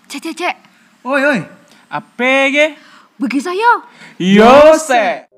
Cek, cek, cek. Oi, oi. Apa ge? Bagi saya. Yose.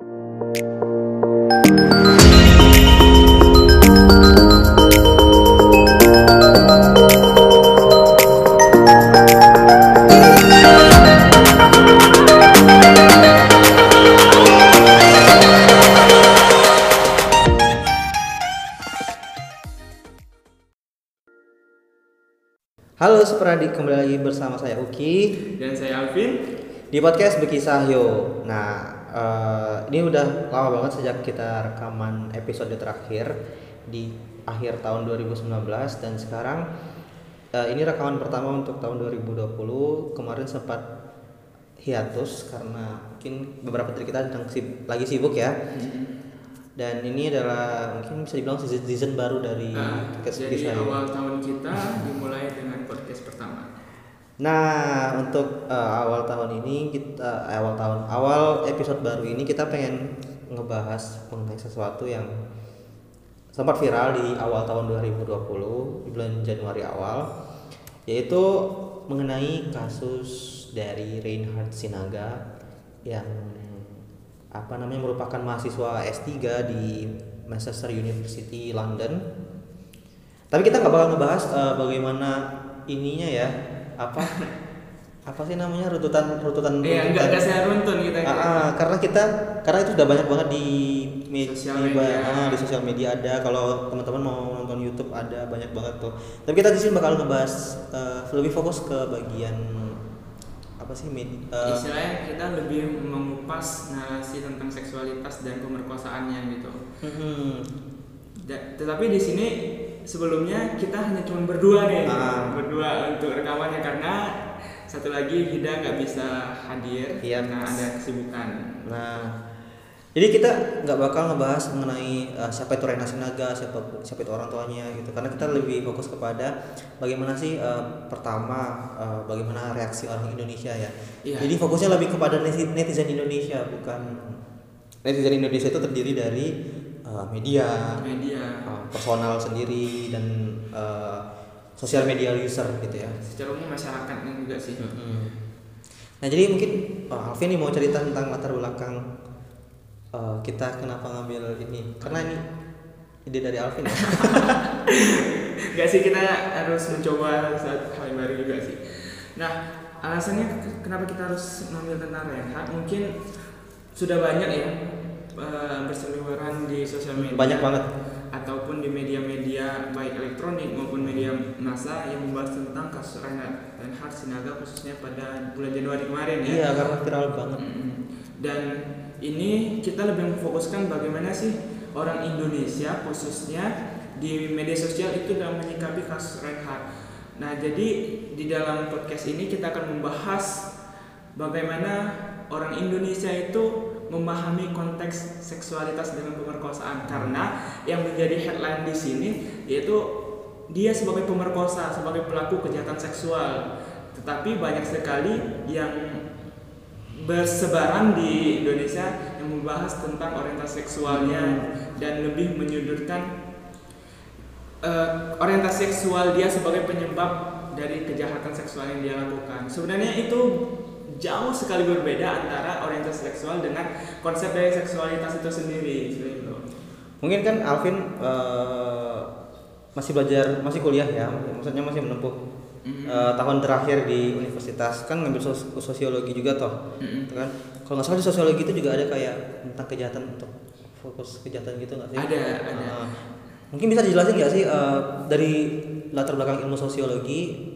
Halo Superadik, kembali lagi bersama saya Uki Dan saya Alvin di podcast Bekisah Yo. Nah, ini udah lama banget sejak kita rekaman episode terakhir di akhir tahun 2019 dan sekarang ini rekaman pertama untuk tahun 2020. Kemarin sempat hiatus karena mungkin beberapa dari kita lagi sibuk ya. Dan ini adalah mungkin bisa dibilang season baru dari podcast Jadi Bekisah Yo. awal tahun kita dimulai dengan podcast pertama. Nah, untuk awal tahun ini awal episode baru ini kita pengen ngebahas mengenai sesuatu yang sempat viral di awal tahun 2020 di bulan Januari awal, yaitu mengenai kasus dari Reinhard Sinaga yang merupakan mahasiswa S3 di Manchester University London. Tapi kita nggak bakal ngebahas bagaimana ininya ya, apa sih namanya runtun. Iya, enggak saya runtun kita. Karena itu sudah banyak banget di sosial media ada. Kalau teman-teman mau nonton YouTube ada banyak banget tuh. Tapi kita di sini bakal ngebahas lebih fokus ke bagian istilahnya kita lebih mengupas narasi tentang seksualitas dan pemerkosaannya gitu. Tetapi di sini sebelumnya kita hanya cuma berdua nih, berdua untuk rekamannya karena satu lagi Hida nggak bisa hadir karena ada kesibukan. Nah, jadi kita nggak bakal ngebahas mengenai siapa itu Reinhard Sinaga, siapa itu orang tuanya gitu, karena kita lebih fokus kepada bagaimana sih pertama bagaimana reaksi orang Indonesia ya. Jadi fokusnya lebih kepada netizen Indonesia, bukan netizen Indonesia itu terdiri dari media, personal sendiri dan sosial media user gitu ya. Secara umum masyarakatnya juga sih. Nah, jadi mungkin Alvin nih mau cerita tentang latar belakang kita kenapa ngambil ini, karena ini ide dari Alvin ya. Gak sih, kita harus mencoba hal yang baru juga sih. Nah, alasannya kenapa kita harus ngambil tentang Reinhard, mungkin sudah banyak ya berseliweran di sosial media, banyak banget, ataupun di media-media baik elektronik maupun media massa yang membahas tentang kasus Reinhard Sinaga khususnya pada bulan Januari kemarin ya. Iya, karena viral banget. Dan ini kita lebih memfokuskan bagaimana sih orang Indonesia khususnya di media sosial itu dalam menyikapi kasus Reinhard. Nah, jadi di dalam podcast ini kita akan membahas bagaimana orang Indonesia itu memahami konteks seksualitas dengan pemerkosaan, karena yang menjadi headline di sini yaitu dia sebagai pemerkosa, sebagai pelaku kejahatan seksual. Tetapi banyak sekali yang bersebaran di Indonesia yang membahas tentang orientasi seksualnya dan lebih menyudutkan orientasi seksual dia sebagai penyebab dari kejahatan seksual yang dia lakukan. Sebenarnya itu jauh sekali berbeda antara orientasi seksual dengan konsep dari seksualitas itu sendiri. Mungkin kan Alvin masih belajar, masih kuliah ya, maksudnya masih menempuh tahun terakhir di universitas, kan ngambil sosiologi juga toh. Kan kalau nggak salah di sosiologi itu juga ada kayak tentang kejahatan, untuk fokus kejahatan gitu nggak sih? Ada. Mungkin bisa dijelasin nggak sih dari latar belakang ilmu sosiologi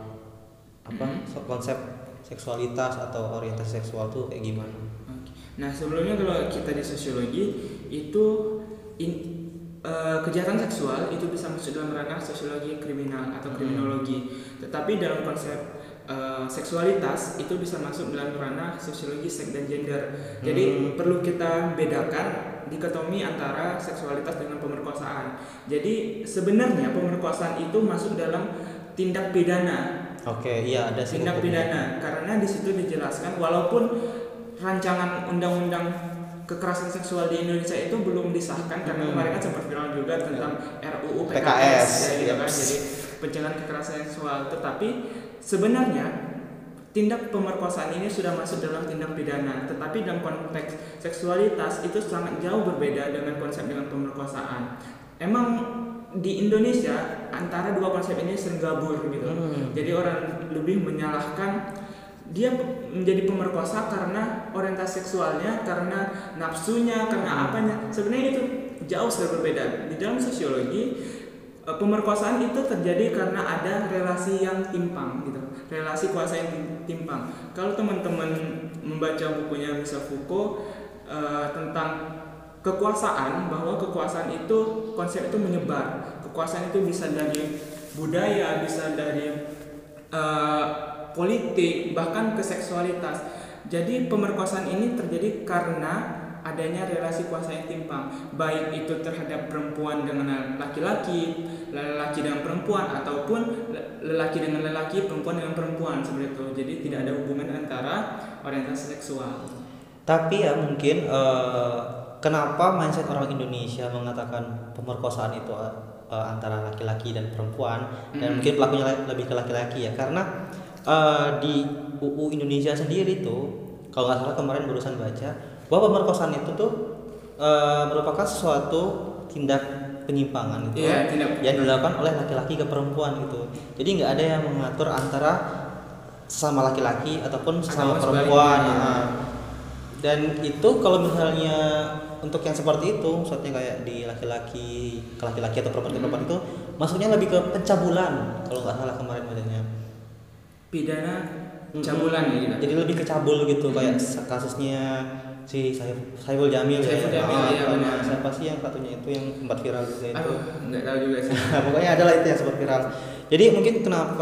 konsep seksualitas atau orientasi seksual tuh kayak gimana? Nah, sebelumnya kalau kita di sosiologi itu kejahatan seksual itu bisa masuk dalam ranah sosiologi kriminal atau kriminologi. Tetapi dalam konsep seksualitas itu bisa masuk dalam ranah sosiologi seks dan gender. Jadi perlu kita bedakan dikotomi antara seksualitas dengan pemerkosaan. Jadi sebenarnya pemerkosaan itu masuk dalam tindak pidana. Oke, iya ada tindak pidana, karena di situ dijelaskan walaupun rancangan undang-undang kekerasan seksual di Indonesia itu belum disahkan, karena kemarin kan sempat viral juga tentang RUU PKS ya, gitu kan. Jadi pencegahan kekerasan seksual, tetapi sebenarnya tindak pemerkosaan ini sudah masuk dalam tindak pidana, tetapi dalam konteks seksualitas itu sangat jauh berbeda dengan konsep dengan pemerkosaan. Emang di Indonesia antara dua konsep ini sering gabur gitu. Jadi orang lebih menyalahkan dia menjadi pemerkosa karena orientasi seksualnya, karena nafsunya, karena apanya. Sebenarnya itu jauh sekali berbeda. Di dalam sosiologi, pemerkosaan itu terjadi karena ada relasi yang timpang gitu, relasi kuasa yang timpang. Kalau teman-teman membaca bukunya Michel Foucault tentang kekuasaan, bahwa kekuasaan itu konsep itu menyebar. Kekuasaan itu bisa dari budaya, bisa dari politik, bahkan ke seksualitas. Jadi pemerkosaan ini terjadi karena adanya relasi kuasa yang timpang, baik itu terhadap perempuan dengan laki-laki, laki dengan perempuan, ataupun lelaki dengan lelaki, perempuan dengan perempuan, seperti itu. Jadi tidak ada hubungan antara orientasi seksual. Tapi ya mungkin kenapa mindset orang Indonesia mengatakan pemerkosaan itu antara laki-laki dan perempuan, dan mungkin pelakunya lebih ke laki-laki ya, karena di UU Indonesia sendiri tuh, kalau nggak salah kemarin barusan baca bahwa pemerkosaan itu tuh merupakan suatu tindak penyimpangan gitu, yang dilakukan oleh laki-laki ke perempuan gitu. Jadi nggak ada yang mengatur antara sesama laki-laki ataupun sesama perempuan. Dan itu kalau misalnya untuk yang seperti itu, maksudnya kayak di laki-laki ke laki-laki atau perempuan ke perempuan itu, masuknya lebih ke pencabulan kalau nggak salah kemarin bacanya. Pidana cabulan gitu. Jadi lebih ke cabul gitu, kayak kasusnya si Saiful Jamil ya. Siapa sih yang satunya itu yang sempat viral juga itu? Nggak tahu juga sih. Pokoknya adalah itu yang sempat viral. Jadi mungkin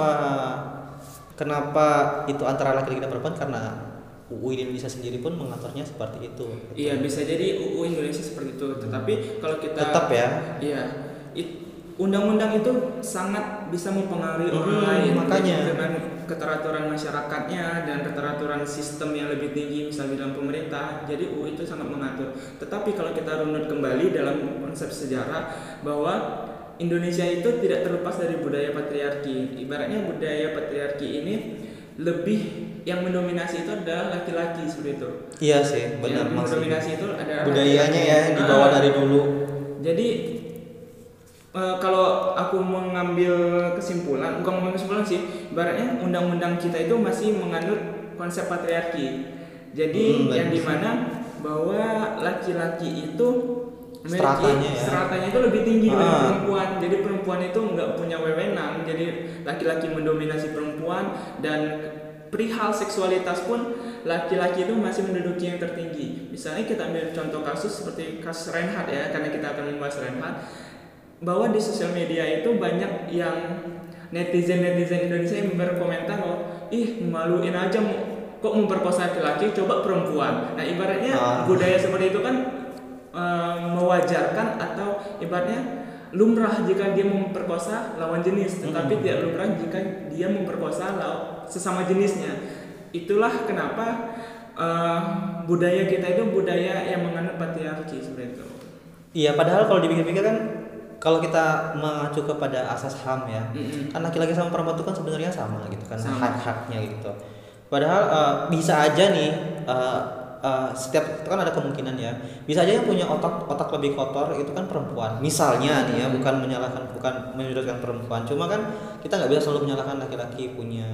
kenapa itu antara laki-laki dan perempuan, karena UU Indonesia sendiri pun mengaturnya seperti itu. Iya, bisa jadi UU Indonesia seperti itu. Tetapi kalau kita tetap ya. Iya. Undang-undang itu sangat bisa mempengaruhi orang lain, makanya dengan keteraturan masyarakatnya dan keteraturan sistem yang lebih tinggi, misalnya di dalam pemerintah. Jadi UU itu sangat mengatur. Tetapi kalau kita runut kembali dalam konsep sejarah, bahwa Indonesia itu tidak terlepas dari budaya patriarki. Ibaratnya budaya patriarki ini lebih yang mendominasi itu adalah laki-laki, seperti itu. Iya sih, benar. Yang mendominasi itu adalah budayanya ya, yang dibawa dari dulu. Jadi kalau aku mengambil kesimpulan, bukan mengambil kesimpulan sih, ibaratnya undang-undang kita itu masih menganut konsep patriarki. Jadi yang dimana bahwa laki-laki itu stratanya itu lebih tinggi dari perempuan. Jadi perempuan itu nggak punya wewenang. Jadi laki-laki mendominasi perempuan, dan perihal seksualitas pun laki-laki itu masih menduduki yang tertinggi. Misalnya kita ambil contoh kasus seperti kasus Reinhardt ya, karena kita akan membahas Reinhardt, bahwa di sosial media itu banyak yang netizen Indonesia yang berkomentar bahwa maluin aja kok memperkosa laki-laki, coba perempuan. Nah ibaratnya budaya seperti itu kan mewajarkan atau ibaratnya lumrah jika dia memperkosa lawan jenis, tetapi tidak lumrah jika dia memperkosa sesama jenisnya. Itulah kenapa budaya kita itu budaya yang menganut patriarki seperti itu. Iya, padahal kalau dipikir-pikir kan, kalau kita mengacu kepada asas HAM ya, kan laki-laki sama perempuan itu kan sebenarnya sama gitu kan, hak-haknya gitu. Padahal bisa aja nih setiap itu kan ada kemungkinan ya, bisa aja yang punya otak lebih kotor itu kan perempuan. Misalnya nih ya, bukan menyudutkan perempuan, cuma kan kita nggak bisa selalu menyalahkan laki-laki punya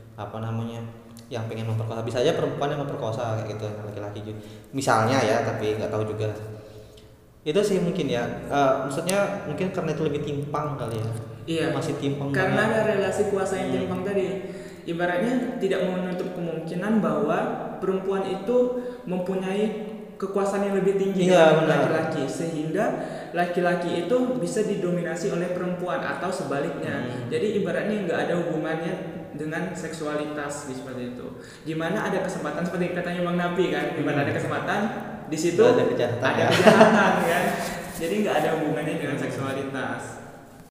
yang pengen memperkosa. Bisa aja perempuan yang memperkosa kayak gitu, laki-laki juga. Misalnya ya, tapi nggak tahu juga. Itu sih mungkin ya, maksudnya mungkin karena itu lebih timpang kali ya. Iya, masih timpang karena ada relasi kuasa yang timpang tadi. Ibaratnya tidak menutup kemungkinan bahwa perempuan itu mempunyai kekuasaan yang lebih tinggi dari laki-laki, sehingga laki-laki itu bisa didominasi oleh perempuan atau sebaliknya. Jadi ibaratnya nggak ada hubungannya dengan seksualitas seperti itu. Dimana ada kesempatan seperti katanya Bang Nabi kan, dimana ada kesempatan di situ ada kejahatan kan. Jadi nggak ada hubungannya dengan seksualitas.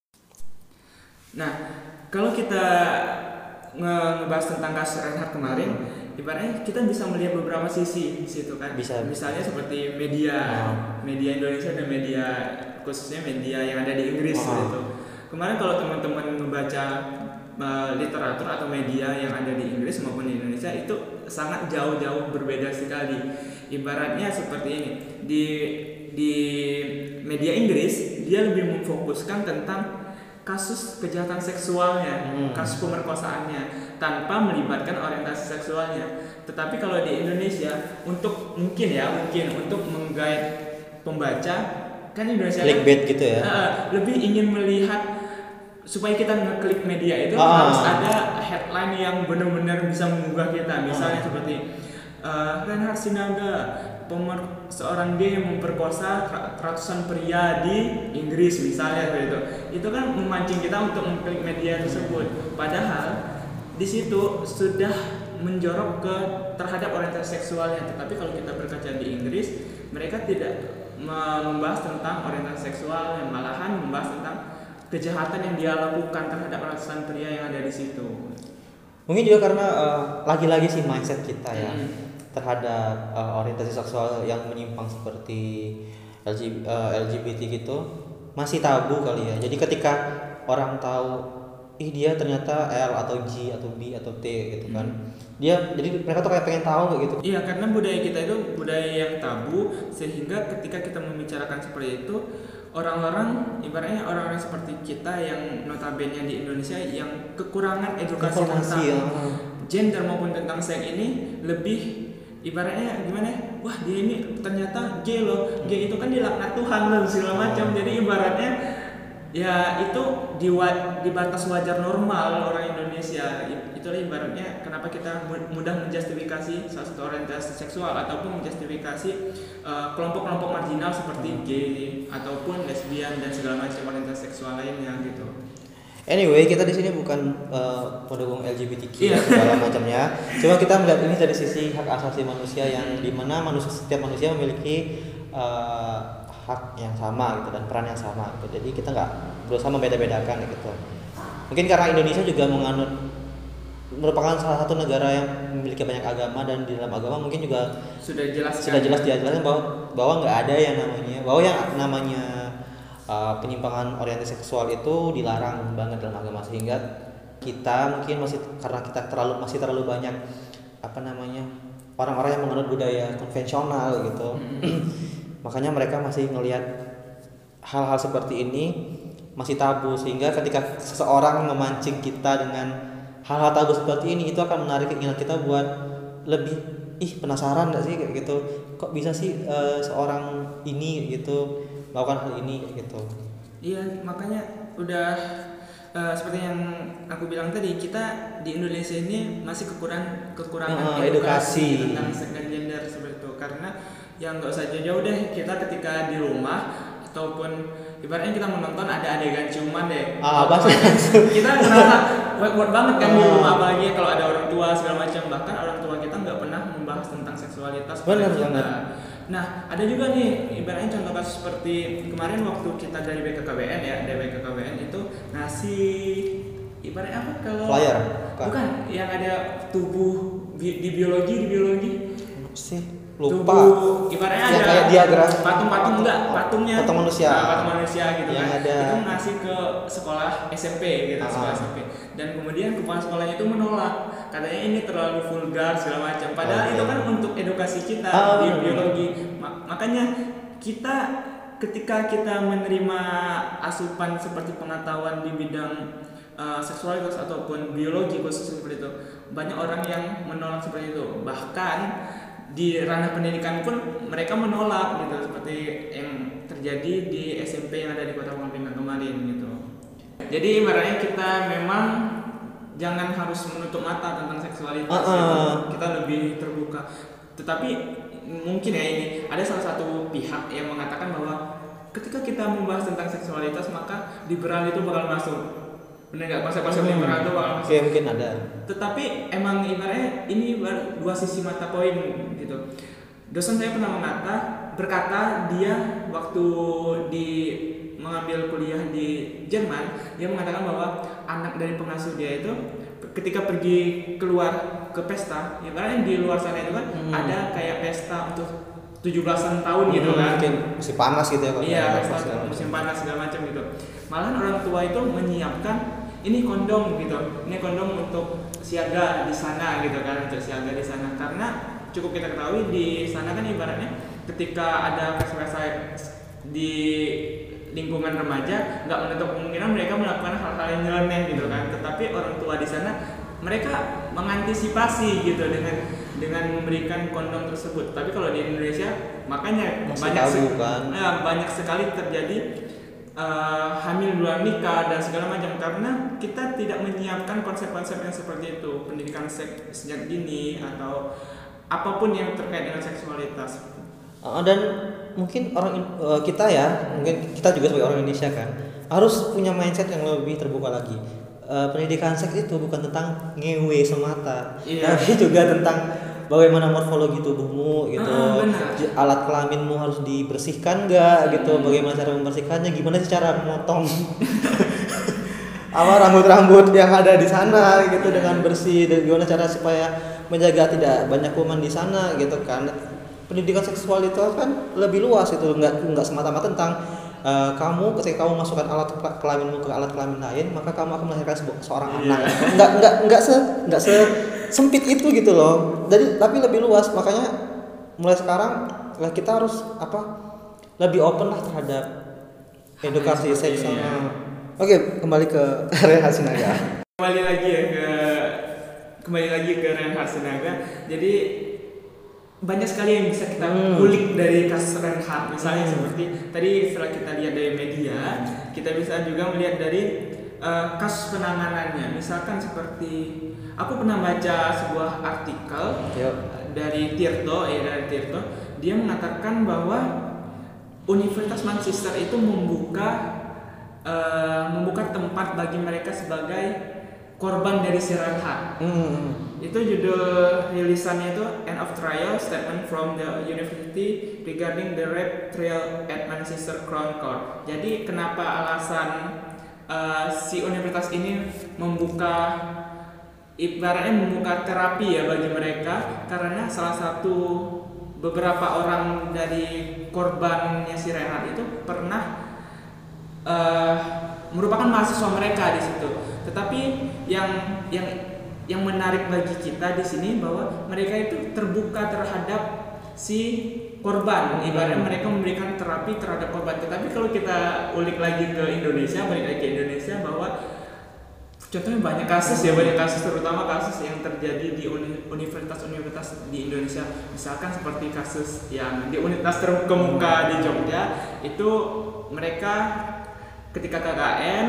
Nah, kalau kita ngebahas tentang kasus Reinhardt kemarin, ibaratnya kita bisa melihat beberapa sisi di situ kan. Misalnya seperti media Indonesia dan media khususnya media yang ada di Inggris gitu. Kemarin kalau teman-teman membaca literatur atau media yang ada di Inggris maupun di Indonesia Indonesia itu sangat jauh-jauh berbeda sekali. Ibaratnya seperti ini, di media Inggris dia lebih memfokuskan tentang kasus kejahatan seksualnya, kasus pemerkosaannya tanpa melibatkan orientasi seksualnya. Tetapi kalau di Indonesia untuk mungkin untuk menggait pembaca kan Indonesia clickbait gitu ya. Lebih ingin melihat supaya kita ngeklik media itu harus ada headline yang benar-benar bisa menggugah kita. Misalnya seperti Reinhard Sinaga, seorang gay yang memperkosa ratusan pria di Inggris misalnya seperti itu. Itu kan memancing kita untuk mengklik media tersebut. Padahal di situ sudah menjorok terhadap orientasi seksualnya. Tetapi kalau kita berkaca di Inggris, mereka tidak membahas tentang orientasi seksual, yang malahan membahas tentang kejahatan yang dia lakukan terhadap ratusan pria yang ada di situ. Mungkin juga karena lagi-lagi sih mindset kita ya terhadap orientasi seksual yang menyimpang seperti LGBT gitu masih tabu kali ya. Jadi ketika orang tahu dia ternyata L atau G atau B atau T gitu kan, jadi mereka tuh kayak pengen tahu kayak gitu. Iya, karena budaya kita itu budaya yang tabu, sehingga ketika kita membicarakan seperti itu, orang-orang ibaratnya orang-orang seperti kita yang notabene di Indonesia yang kekurangan edukasi tentang gender maupun tentang seks ini lebih ibaratnya gimana? Wah, dia ini ternyata gay loh. Gay itu kan dilaknat Tuhan loh segala macam. Jadi ibaratnya ya itu di batas wajar normal orang Indonesia. Itulah ibaratnya kenapa kita mudah menjustifikasi salah satu orientasi seksual ataupun menjustifikasi kelompok-kelompok marginal seperti gay ataupun lesbian dan segala macam orientasi seksual lainnya gitu. Anyway, kita di sini bukan pendukung LGBTQ segala macamnya. Cuma kita melihat ini dari sisi hak asasi manusia yang dimana setiap manusia memiliki hak yang sama gitu dan peran yang sama gitu. Jadi kita nggak berusaha membeda-bedakan gitu. Mungkin karena Indonesia juga merupakan salah satu negara yang memiliki banyak agama, dan di dalam agama mungkin juga sudah jelas dijelaskan bahwa nggak ada yang namanya penyimpangan orientasi seksual itu dilarang banget dalam agama, sehingga kita mungkin karena kita masih terlalu banyak orang-orang yang menganut budaya konvensional gitu. Makanya mereka masih melihat hal-hal seperti ini masih tabu, sehingga ketika seseorang memancing kita dengan hal-hal tabu seperti ini, itu akan menarik keinginan kita buat lebih penasaran nggak sih kayak gitu, kok bisa sih seorang ini gitu melakukan hal ini gitu. Iya, makanya udah seperti yang aku bilang tadi, kita di Indonesia ini masih kekurangan edukasi tentang seks dan gender seperti itu. Karena yang nggak usah jauh-jauh deh, kita ketika di rumah ataupun ibaratnya kita menonton ada adegan ciuman deh, kita ngerasa awkward banget kan di rumah, apalagi kalau ada orang tua segala macam. Bahkan orang tua kita nggak pernah membahas tentang seksualitas. Benar banget. Nah, ada juga nih ibaratnya contoh kasus seperti kemarin waktu kita dari BKKBN ya, dari BKKBN itu ngasih ibaratnya apa kalau flyer? Bukan, yang ada tubuh di biologi sih. Lupa. Tubuh ibaratnya yang ada kayak diagram patung patungnya. Patung manusia. Patung manusia gitu yang kan. Ada. Itu ngasih ke sekolah SMP gitu, sekolah SMP. Dan kemudian kepala sekolahnya itu menolak. Katanya ini terlalu vulgar segala macam. Padahal itu kan untuk edukasi kita di biologi. Makanya kita ketika kita menerima asupan seperti pengetahuan di bidang seksualitas ataupun biologi khusus seperti itu, banyak orang yang menolak seperti itu. Bahkan di ranah pendidikan pun mereka menolak gitu, seperti yang terjadi di SMP yang ada di Kota Pangkal Pinang kemarin gitu. Jadi ibaratnya kita memang jangan harus menutup mata tentang seksualitas gitu. Kita lebih terbuka. Tetapi mungkin ya ini ada salah satu pihak yang mengatakan bahwa ketika kita membahas tentang seksualitas maka liberal itu bakal masuk. Benar nggak, konsep-konsep liberal itu bakal masuk? Oke, mungkin ada. Tetapi emang ibaratnya ini dua sisi mata koin gitu. Dosen saya pernah berkata dia waktu mengambil kuliah di Jerman, dia mengatakan bahwa anak dari pengasuh dia itu ketika pergi keluar ke pesta, ibaratnya di luar sana itu kan ada kayak pesta untuk 17-an tahun gitu kan. Mungkin musim panas gitu ya. Iya, pesta musim panas segala macam gitu. Malahan orang tua itu menyiapkan ini kondom gitu. Ini kondom untuk siaga di sana gitu kan, untuk siaga di sana, karena cukup kita ketahui di sana kan ibaratnya ketika ada cash website di lingkungan remaja, nggak menutup kemungkinan mereka melakukan hal-hal yang nyeleneh gitu kan. Tetapi orang tua di sana mereka mengantisipasi gitu dengan memberikan kondom tersebut. Tapi kalau di Indonesia makanya banyak sekali terjadi hamil di luar nikah dan segala macam, karena kita tidak menyiapkan konsep-konsep yang seperti itu, pendidikan seks sejak dini atau apapun yang terkait dengan seksualitas. Dan mungkin kita ya, mungkin kita juga sebagai orang Indonesia kan harus punya mindset yang lebih terbuka lagi. Pendidikan seks itu bukan tentang ngewe semata, tapi juga tentang bagaimana morfologi tubuhmu gitu, alat kelaminmu harus dibersihkan nggak gitu, bagaimana cara membersihkannya, gimana sih cara memotong rambut-rambut yang ada di sana gitu dengan bersih, dan gimana cara supaya menjaga tidak banyak kuman di sana gitu kan. Pendidikan seksual itu kan lebih luas, itu nggak semata-mata tentang kamu ketika kamu masukkan alat kelaminmu ke alat kelamin lain maka kamu akan melahirkan seorang anak. Nggak sempit itu gitu loh. Jadi tapi lebih luas, makanya mulai sekarang kita harus lebih open lah terhadap edukasi seks. Oke, kembali ke Reinhard Sinaga. Kembali lagi ke Reinhard Sinaga. Jadi banyak sekali yang bisa kita kulik dari kasus Reinhard, misalnya seperti tadi setelah kita lihat dari media, kita bisa juga melihat dari kasus penanganannya. Misalkan seperti aku pernah baca sebuah artikel dari Tirto, dia mengatakan bahwa Universitas Manchester itu membuka tempat bagi mereka sebagai korban dari si Reinhard. Itu judul rilisannya itu End of Trial Statement from the University Regarding the Rape Trial at Manchester Crown Court. Jadi kenapa alasan si universitas ini ibaratnya membuka terapi ya bagi mereka, karena salah satu beberapa orang dari korbannya si Reinhard itu pernah merupakan mahasiswa mereka di situ. Tetapi yang menarik bagi kita di sini bahwa mereka itu terbuka terhadap si korban, ibaratnya mereka memberikan terapi terhadap korban. Tetapi kalau kita ulik lagi ke Indonesia, bahwa contohnya banyak kasus terutama kasus yang terjadi di universitas-universitas di Indonesia. Misalkan seperti kasus yang di universitas terkemuka di Jogja, itu mereka ketika KKN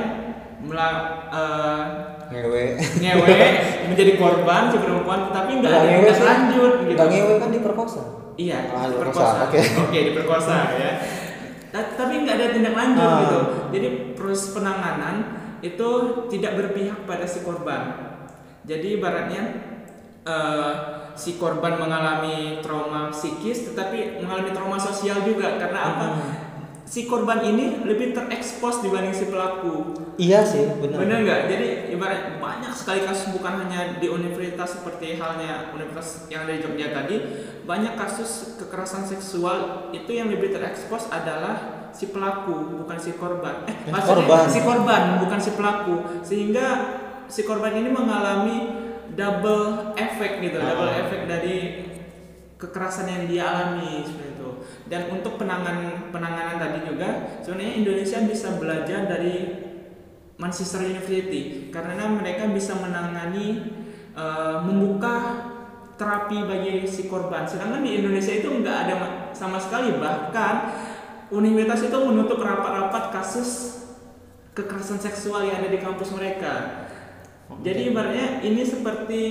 ngewe menjadi korban si perempuan, tetapi nggak ada tindak lanjut gitu. Nggak ngewe kan diperkosa. Iya, diperkosa. Oke, diperkosa ya. Tapi nggak ada tindak lanjut gitu. Jadi proses penanganan itu tidak berpihak pada si korban. Jadi ibaratnya si korban mengalami trauma psikis, tetapi mengalami trauma sosial juga. Karena apa? Si korban ini lebih terekspos dibanding si pelaku. Iya sih, benar. Benar nggak? Jadi ibarat banyak sekali kasus, bukan hanya di universitas seperti halnya universitas yang ada di Jogja tadi, banyak kasus kekerasan seksual itu yang lebih terekspos adalah si pelaku, bukan si korban. Si korban, bukan si pelaku. Sehingga si korban ini mengalami double effect gitu, double effect dari kekerasan yang dia alami seperti itu. Dan untuk penanganan tadi juga sebenarnya Indonesia bisa belajar dari Manchester University, karena mereka bisa menangani membuka terapi bagi si korban. Sedangkan di Indonesia itu nggak ada sama sekali, bahkan universitas itu menutup rapat-rapat kasus kekerasan seksual yang ada di kampus mereka. Jadi ibaratnya ini seperti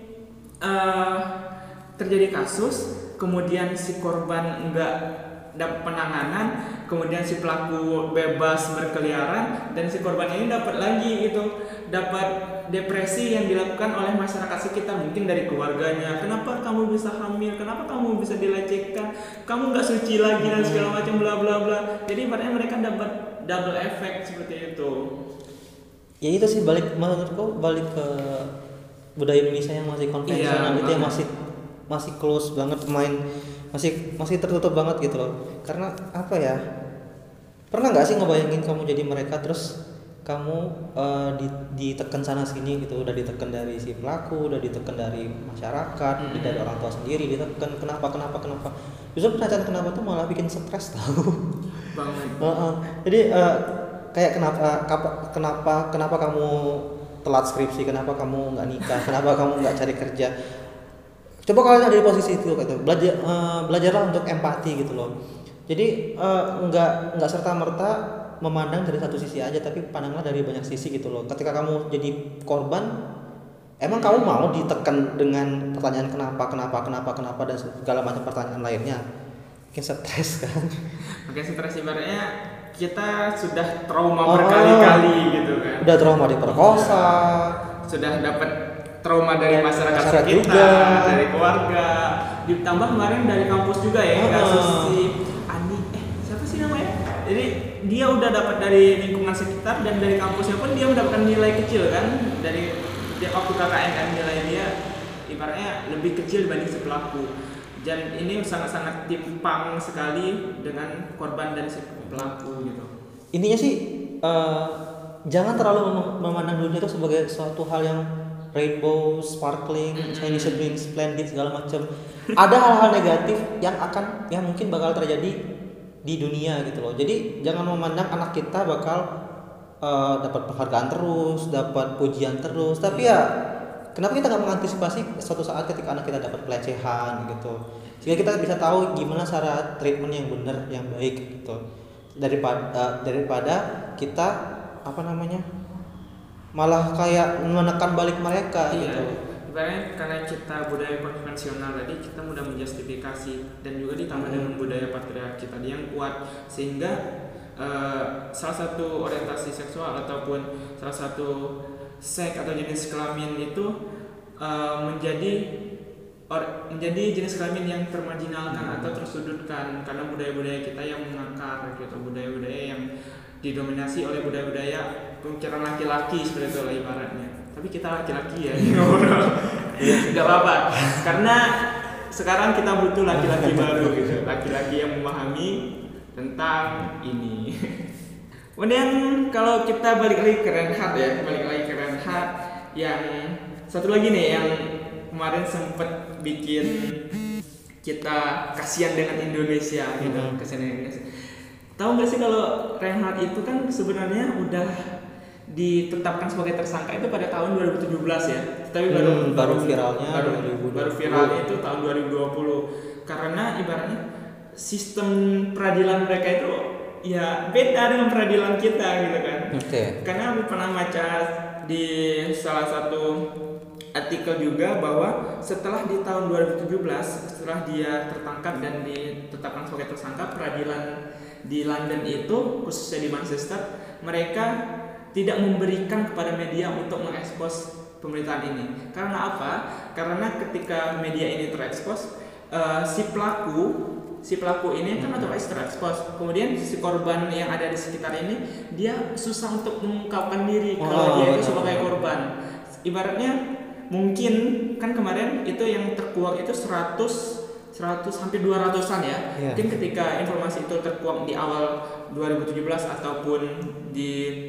terjadi kasus, kemudian si korban enggak dapat penanganan, kemudian si pelaku bebas berkeliaran, dan si korban ini dapat depresi yang dilakukan oleh masyarakat sekitar, mungkin dari keluarganya. Kenapa kamu bisa hamil? Kenapa kamu bisa dilecehkan? Kamu nggak suci lagi dan segala macam bla bla bla. Jadi ibaratnya mereka dapat double effect seperti itu. Ya itu sih menurutku balik ke budaya Indonesia yang masih konvensional, itu yang masih close banget, masih tertutup banget gitu loh. Karena apa ya, pernah nggak sih ngebayangin kamu jadi mereka terus kamu ditekan sana sini gitu, udah ditekan dari si pelaku, udah ditekan dari masyarakat, dari orang tua sendiri ditekan, kenapa, justru pertanyaan kenapa tuh malah bikin stres tahu. Banget. Jadi kayak kenapa kamu telat skripsi, kenapa kamu nggak nikah, kenapa kamu nggak cari kerja. Coba kalian ada di posisi itu gitu, belajarlah untuk empati gitu loh. Jadi nggak serta merta memandang dari satu sisi aja, tapi pandanglah dari banyak sisi gitu loh. Ketika kamu jadi korban, emang kamu mau ditekan dengan pertanyaan kenapa dan segala macam pertanyaan lainnya, mungkin stres kan. Makanya stres ibaratnya kita sudah trauma berkali-kali gitu kan. Udah trauma diperkosa, sudah dapat trauma dari masyarakat sekitar, juga, dari keluarga, ditambah kemarin dari kampus juga ya, kasus si Ani, siapa sih namanya? Jadi dia udah dapat dari lingkungan sekitar dan dari kampusnya pun dia mendapatkan nilai kecil kan, dari dia waktu KKN kan nilai dia ibaratnya lebih kecil dibanding si pelaku. Dan ini sangat-sangat timpang sekali dengan korban dan si pelaku gitu. Intinya sih jangan terlalu memandang dunia itu sebagai suatu hal yang rainbow, sparkling, Chinese drink, splendid segala macam. Ada hal-hal negatif yang mungkin bakal terjadi di dunia gitu loh. Jadi jangan memandang anak kita bakal dapat penghargaan terus, dapat pujian terus. Tapi ya kenapa kita nggak mengantisipasi suatu saat ketika anak kita dapat pelecehan gitu, sehingga kita bisa tahu gimana cara treatment yang benar, yang baik gitu, daripada kita malah kayak menekan balik mereka gitu. Ibaratnya karena kita budaya konvensional tadi, kita mudah menjustifikasi dan juga ditambah dengan budaya patriarki tadi yang kuat, sehingga salah satu orientasi seksual ataupun salah satu seks atau jenis kelamin itu menjadi jenis kelamin yang termarginalkan atau tersudutkan karena budaya-budaya kita yang mengakar gitu, budaya-budaya yang didominasi oleh budaya-budaya pemikiran laki-laki seperti itu lah ibaratnya. Tapi kita laki-laki ya, nggak apa-apa, karena sekarang kita butuh laki-laki baru gitu, laki-laki yang memahami tentang ini. Kemudian kalau kita balik lagi ke Reinhardt yang satu lagi nih yang kemarin sempat bikin kita kasihan dengan Indonesia gitu, kasihan dengan Indonesia. Tahu nggak sih kalau Reinhardt itu kan sebenarnya udah ditetapkan sebagai tersangka itu pada tahun 2017 ya, tapi baru viralnya itu tahun 2020 karena ibaratnya sistem peradilan mereka itu ya beda dengan peradilan kita gitu kan. Karena aku pernah baca di salah satu artikel juga bahwa setelah di tahun 2017 setelah dia tertangkap dan ditetapkan sebagai tersangka, peradilan di London itu khususnya di Manchester mereka tidak memberikan kepada media untuk mengekspos pemberitaan ini. Karena apa? Karena ketika media ini terekspos, si pelaku ini kan otomatis terekspos. Kemudian si korban yang ada di sekitar ini dia susah untuk mengungkapkan diri kalau dia itu sebagai korban. Ibaratnya mungkin kan kemarin itu yang terkuak itu 100 hampir 200-an ya. Mungkin ketika informasi itu terkuak di awal 2017 ataupun di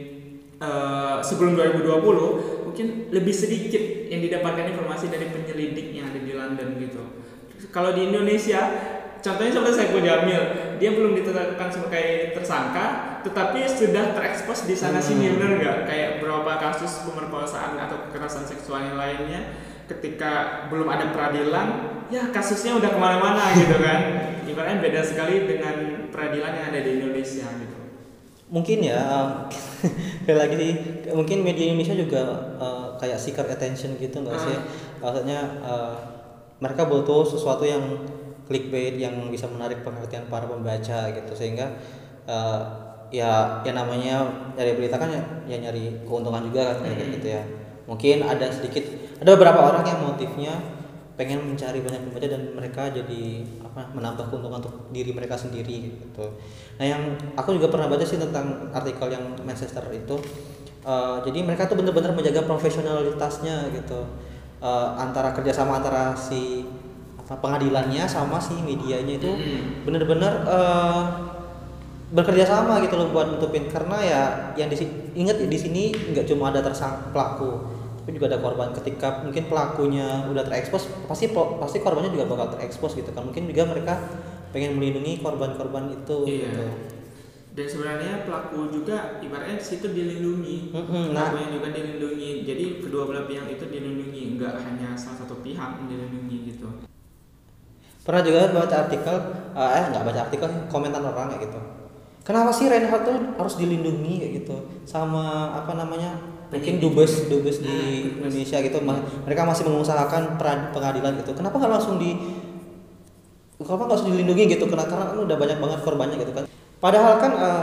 sebelum 2020 mungkin lebih sedikit yang didapatkan informasi dari penyelidik yang ada di London gitu. Kalau di Indonesia contohnya seperti Saiful Jamil, dia belum ditetapkan sebagai tersangka tetapi sudah terekspos di sana sini, benar nggak? Kayak beberapa kasus pemerkosaan atau kekerasan seksual yang lainnya ketika belum ada peradilan ya kasusnya udah kemana-mana gitu kan. Ibaratnya beda sekali dengan peradilan yang ada di Indonesia gitu. Mungkin ya kayak lagi sih, mungkin media Indonesia juga kayak seeker attention gitu nggak sih? Maksudnya mereka butuh sesuatu yang clickbait yang bisa menarik perhatian para pembaca gitu, sehingga ya namanya nyari berita kan ya nyari keuntungan juga kan kayak gitu ya. Mungkin ada beberapa orang yang motifnya pengen mencari banyak pembaca dan mereka jadi menambah keuntungan untuk diri mereka sendiri gitu. Nah yang aku juga pernah baca sih tentang artikel yang Manchester itu, jadi mereka tuh benar-benar menjaga profesionalitasnya gitu, antara kerjasama antara si pengadilannya sama si medianya itu benar-benar bekerja sama gitu loh buat nutupin, karena ya yang ingat di sini nggak cuma ada pelaku tapi juga ada korban. Ketika mungkin pelakunya udah terekspos, pasti korbannya juga bakal terekspos gitu kan. Mungkin juga mereka pengen melindungi korban-korban itu Iya. gitu. Dan sebenarnya pelaku juga ibaratnya di situ dilindungi, Nah, pelakunya juga dilindungi. Jadi kedua belah pihak itu dilindungi, nggak hanya salah satu pihak yang dilindungi gitu. pernah juga baca artikel, nggak baca artikel, komentar orang kayak gitu. Kenapa sih Reinhardt tuh harus dilindungi kayak gitu sama apa namanya? Mungkin dubes di Indonesia gitu, mereka masih mengusahakan pengadilan gitu. Kenapa nggak langsung dilindungi gitu? Karena kan udah banyak banget korbannya gitu kan. Padahal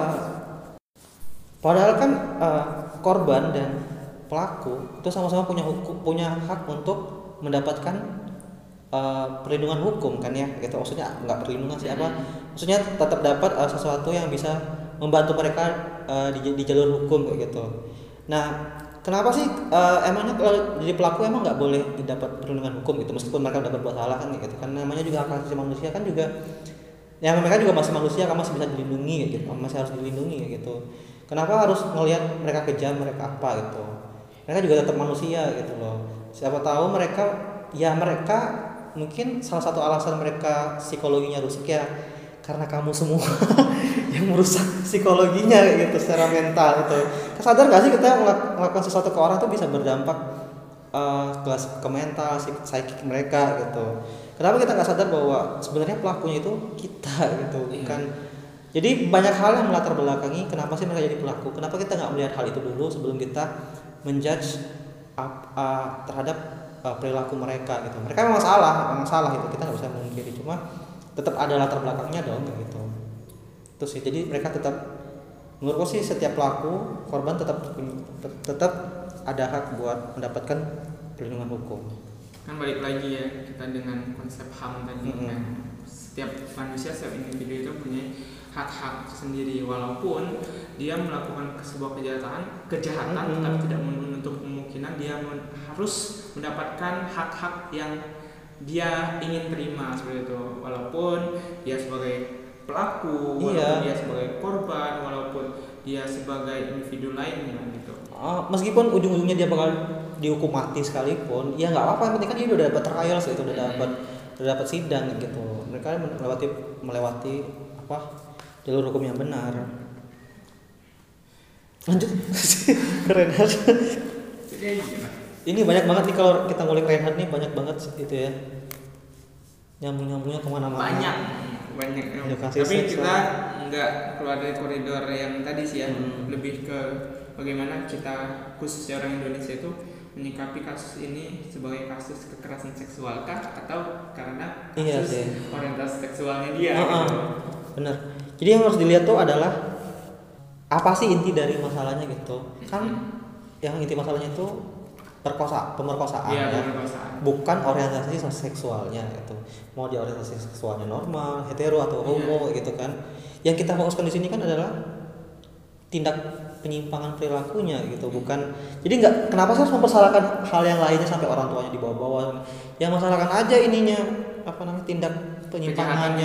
kan korban dan pelaku itu sama-sama punya hak untuk mendapatkan perlindungan hukum kan ya gitu. Maksudnya nggak perlindungan sih apa, maksudnya tetap dapat sesuatu yang bisa membantu mereka di jalur hukum kayak gitu. Nah, kenapa sih emangnya kalau jadi pelaku emang nggak boleh didapat perlindungan hukum gitu meskipun mereka udah berbuat salah kan gitu kan? Namanya juga hak asasi manusia kan juga, ya mereka juga masih manusia kan, masih bisa dilindungi gitu, masih harus dilindungi gitu. Kenapa harus ngelihat mereka kejam, mereka apa gitu? Mereka juga tetap manusia gitu loh. Siapa tahu mereka mungkin salah satu alasan mereka psikologinya rusak ya karena kamu semua yang merusak psikologinya gitu secara mental gitu. Sadar gak sih kita melakukan sesuatu ke orang tuh bisa berdampak ke mental, psikik mereka gitu. Kenapa kita nggak sadar bahwa sebenarnya pelakunya itu kita gitu, bukan? Jadi banyak hal yang melatar belakangi kenapa sih mereka jadi pelaku. Kenapa kita nggak melihat hal itu dulu sebelum kita menjudge terhadap perilaku mereka gitu. Mereka memang salah gitu. Kita nggak bisa memungkiri, cuma tetap ada latar belakangnya dong gitu. Terus sih, jadi mereka tetap, menurutku sih setiap pelaku korban tetap ada hak buat mendapatkan perlindungan hukum. Kan balik lagi ya kita dengan konsep HAM tadi kan. Setiap manusia, setiap individu itu punya hak-hak sendiri, walaupun dia melakukan sebuah kejahatan tetapi tidak menutup kemungkinan dia harus mendapatkan hak-hak yang dia ingin terima seperti itu, walaupun dia sebagai pelaku, walaupun dia sebagai korban, walaupun dia sebagai individu lainnya gitu. Meskipun ujung-ujungnya dia bakal dihukum mati sekalipun, ya nggak apa-apa, yang penting kan dia udah dapat trial gitu, udah dapat sidang gitu. Mereka melewati apa jalur hukum yang benar. Lanjut. Reinhardt. Ini banyak banget nih kalau kita ngulik Reinhardt nih, banyak banget itu ya. Nyambungnya kemana-mana. Banyak. Edukasi tapi seksual. kita nggak keluar dari koridor yang tadi sih ya. Lebih ke bagaimana kita khususnya orang Indonesia itu menyikapi kasus ini sebagai kasus kekerasan seksual kah atau karena kasus orientasi seksualnya dia gitu. Bener. Jadi yang harus dilihat tuh adalah apa sih inti dari masalahnya gitu. Kan yang inti masalahnya itu pemerkosaan ya. Bukan orientasi seksualnya gitu. Mau dia orientasi seksualnya normal, hetero atau homo gitu kan. Yang kita fokuskan di sini kan adalah tindak penyimpangan perilakunya gitu, bukan. Jadi kenapa sih harus mempersalahkan hal yang lainnya sampai orang tuanya dibawa-bawa? Yang masalahkan aja ininya tindak penyimpangannya.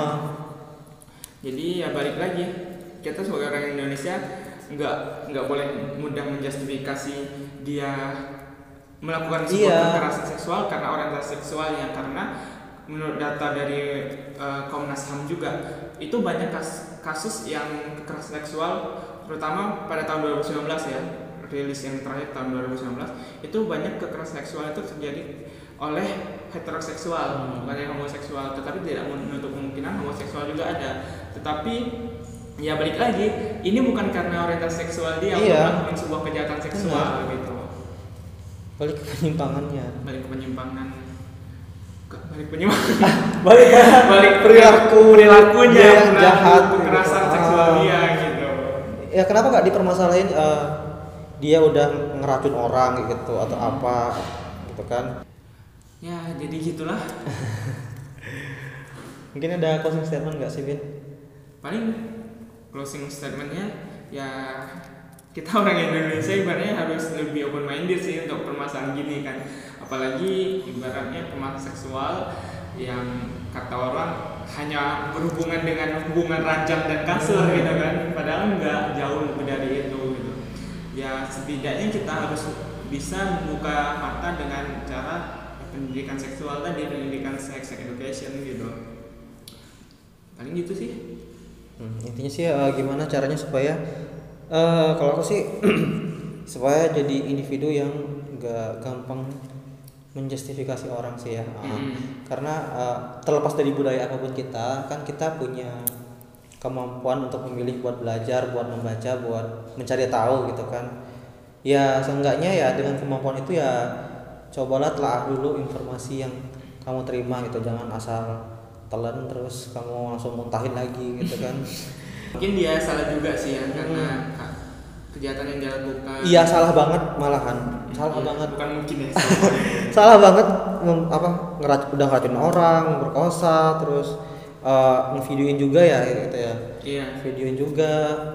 Jadi ya balik lagi, kita sebagai orang Indonesia nggak boleh mudah menjustifikasi dia melakukan sebuah kekerasan seksual karena orientasi seksualnya, karena menurut data dari Komnas HAM juga itu banyak kasus yang kekerasan seksual, terutama pada tahun 2019 ya, rilis yang terakhir tahun 2019 itu banyak kekerasan seksual itu terjadi oleh heteroseksual, bukan yang homoseksual, tetapi tidak menutup kemungkinan homoseksual juga ada. Tetapi ya balik lagi, ini bukan karena orientasi seksual dia melakukan sebuah kejahatan seksual gitu. Balik ke penyimpangannya. Balik perilakunya yang jahat, kekerasan seksual dia gitu. Ya kenapa nggak dipermasalahin dia udah ngeracun orang gitu atau apa gitu kan? Ya jadi gitulah. Mungkin ada closing statement nggak sih, Bin? Paling closing statementnya ya kita orang Indonesia ibaratnya harus lebih open minded sih untuk permasalahan gini kan, apalagi ibaratnya permasalahan seksual yang kata orang hanya berhubungan dengan hubungan ranjang dan kasur gitu kan, padahal enggak, jauh lebih dari itu gitu. Ya setidaknya kita harus bisa membuka mata dengan cara pendidikan seksual tadi, pendidikan sex education gitu. Paling gitu sih. Intinya sih gimana caranya supaya kalau aku sih supaya jadi individu yang nggak gampang menjustifikasi orang sih ya. Karena terlepas dari budaya apapun kita, kan kita punya kemampuan untuk memilih buat belajar, buat membaca, buat mencari tahu gitu kan. Ya seenggaknya ya dengan kemampuan itu ya cobalah telah dulu informasi yang kamu terima gitu, jangan asal telan terus kamu langsung muntahin lagi gitu kan. Mungkin dia salah juga sih ya, karena kejahatan yang dia lakukan. Iya salah banget malahan, salah banget. Bukan mungkin ya. Salah banget udah ngeracun orang, memperkosa, terus ngevideoin juga ya gitu ya. Iya. Videoin juga.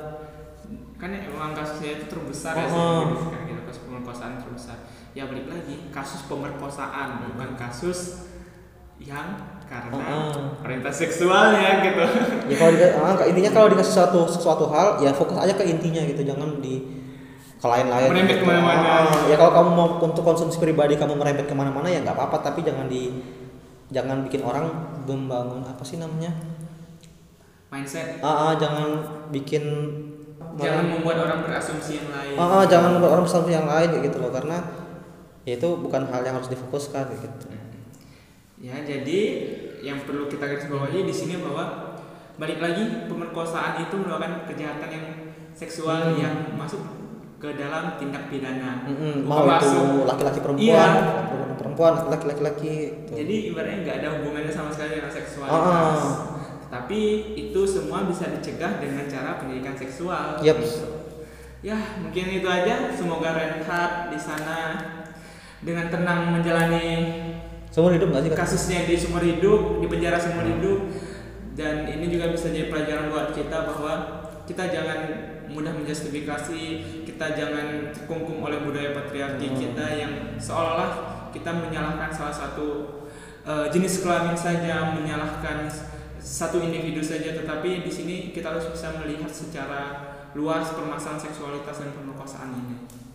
Kan emang kasusnya itu terbesar ya sekarang gitu, kasus pemerkosaan terbesar. Ya balik lagi, kasus pemerkosaan bukan kasus yang karena orientasi seksualnya gitu. Ya kalau intinya kalau dikasih sesuatu hal ya fokus aja ke intinya gitu, jangan di ke lain-lain. Merembet kemana-mana. Ya kalau kamu mau untuk konsumsi pribadi kamu merembet kemana-mana ya nggak apa-apa, tapi jangan bikin orang membangun apa sih namanya mindset. Jangan bikin membuat orang berasumsi yang lain. Jangan membuat orang berasumsi yang lain kayak gitu loh, karena ya itu bukan hal yang harus difokuskan kayak gitu. Ya, jadi yang perlu kita garis bawahi di sini bahwa balik lagi, pemerkosaan itu merupakan kejahatan yang seksual yang masuk ke dalam tindak pidana. Mau itu laki-laki perempuan, perempuan laki-laki. Jadi ibaratnya nggak ada hubungannya sama sekali dengan seksualitas. Tapi itu semua bisa dicegah dengan cara pendidikan seksual. Gitu. Ya, mungkin itu aja. Semoga Reinhard di sana dengan tenang menjalani seumur hidup nggak sih kasusnya di seumur hidup, di penjara seumur hidup. Dan ini juga bisa jadi pelajaran buat kita bahwa kita jangan mudah menjustifikasi, kita jangan terkungkung oleh budaya patriarki kita yang seolah-olah kita menyalahkan salah satu jenis kelamin saja, menyalahkan satu individu saja, tetapi di sini kita harus bisa melihat secara luas permasalahan seksualitas dan pemerkosaan ini.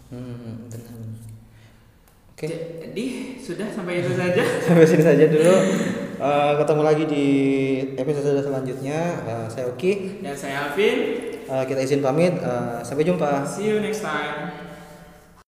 Oke. Jadi sudah sampai itu saja. Sampai sini saja dulu. Ketemu lagi di episode selanjutnya. Saya Oki dan saya Alvin. Kita izin pamit. Sampai jumpa. See you next time.